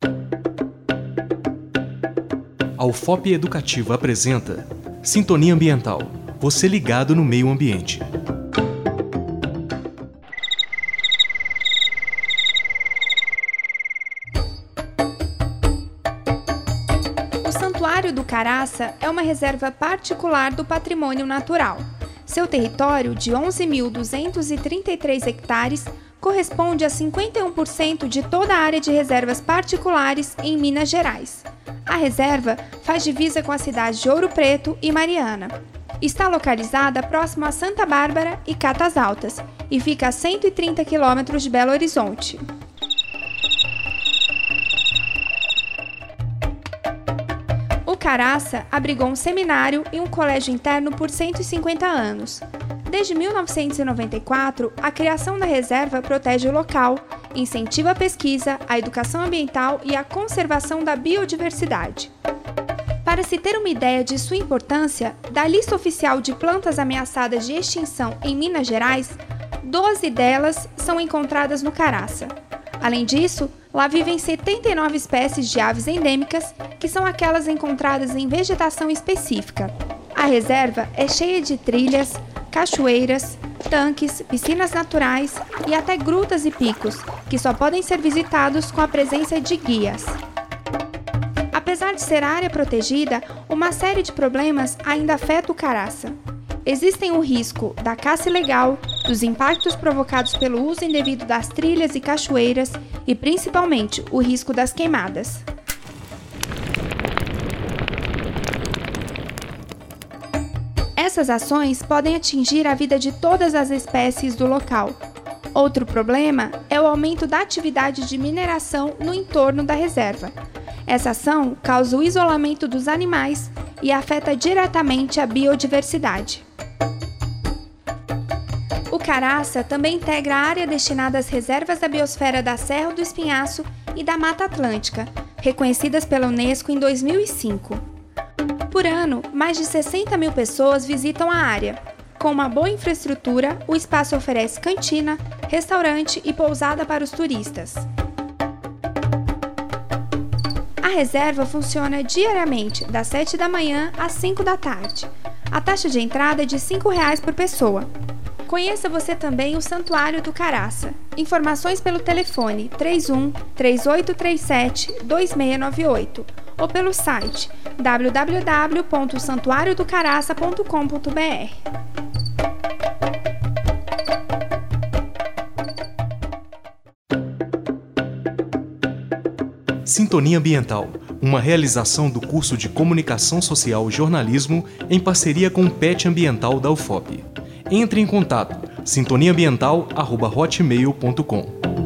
A UFOP Educativa apresenta Sintonia Ambiental. Você ligado no meio ambiente. O Santuário do Caraça é uma reserva particular do patrimônio natural. Seu território, de 11.233 hectares, corresponde a 51% de toda a área de reservas particulares em Minas Gerais. A reserva faz divisa com as cidades de Ouro Preto e Mariana. Está localizada próximo a Santa Bárbara e Catas Altas e fica a 130 quilômetros de Belo Horizonte. O Caraça abrigou um seminário e um colégio interno por 150 anos. Desde 1994, a criação da reserva protege o local, incentiva a pesquisa, a educação ambiental e a conservação da biodiversidade. Para se ter uma ideia de sua importância, da lista oficial de plantas ameaçadas de extinção em Minas Gerais, 12 delas são encontradas no Caraça. Além disso, lá vivem 79 espécies de aves endêmicas, que são aquelas encontradas em vegetação específica. A reserva é cheia de trilhas, cachoeiras, tanques, piscinas naturais e até grutas e picos, que só podem ser visitados com a presença de guias. Apesar de ser área protegida, uma série de problemas ainda afeta o Caraça. Existem o risco da caça ilegal, dos impactos provocados pelo uso indevido das trilhas e cachoeiras e, principalmente, o risco das queimadas. Essas ações podem atingir a vida de todas as espécies do local. Outro problema é o aumento da atividade de mineração no entorno da reserva. Essa ação causa o isolamento dos animais e afeta diretamente a biodiversidade. O Caraça também integra a área destinada às reservas da biosfera da Serra do Espinhaço e da Mata Atlântica, reconhecidas pela Unesco em 2005. Por ano, mais de 60 mil pessoas visitam a área. Com uma boa infraestrutura, o espaço oferece cantina, restaurante e pousada para os turistas. A reserva funciona diariamente, das 7 da manhã às 5 da tarde. A taxa de entrada é de R$ 5,00 por pessoa. Conheça você também o Santuário do Caraça. Informações pelo telefone 31 3837 2698 ou pelo site www.santuariodocaraça.com.br. Sintonia Ambiental, uma realização do curso de Comunicação Social e Jornalismo em parceria com o PET Ambiental da UFOP. Entre em contato sintoniaambiental@hotmail.com.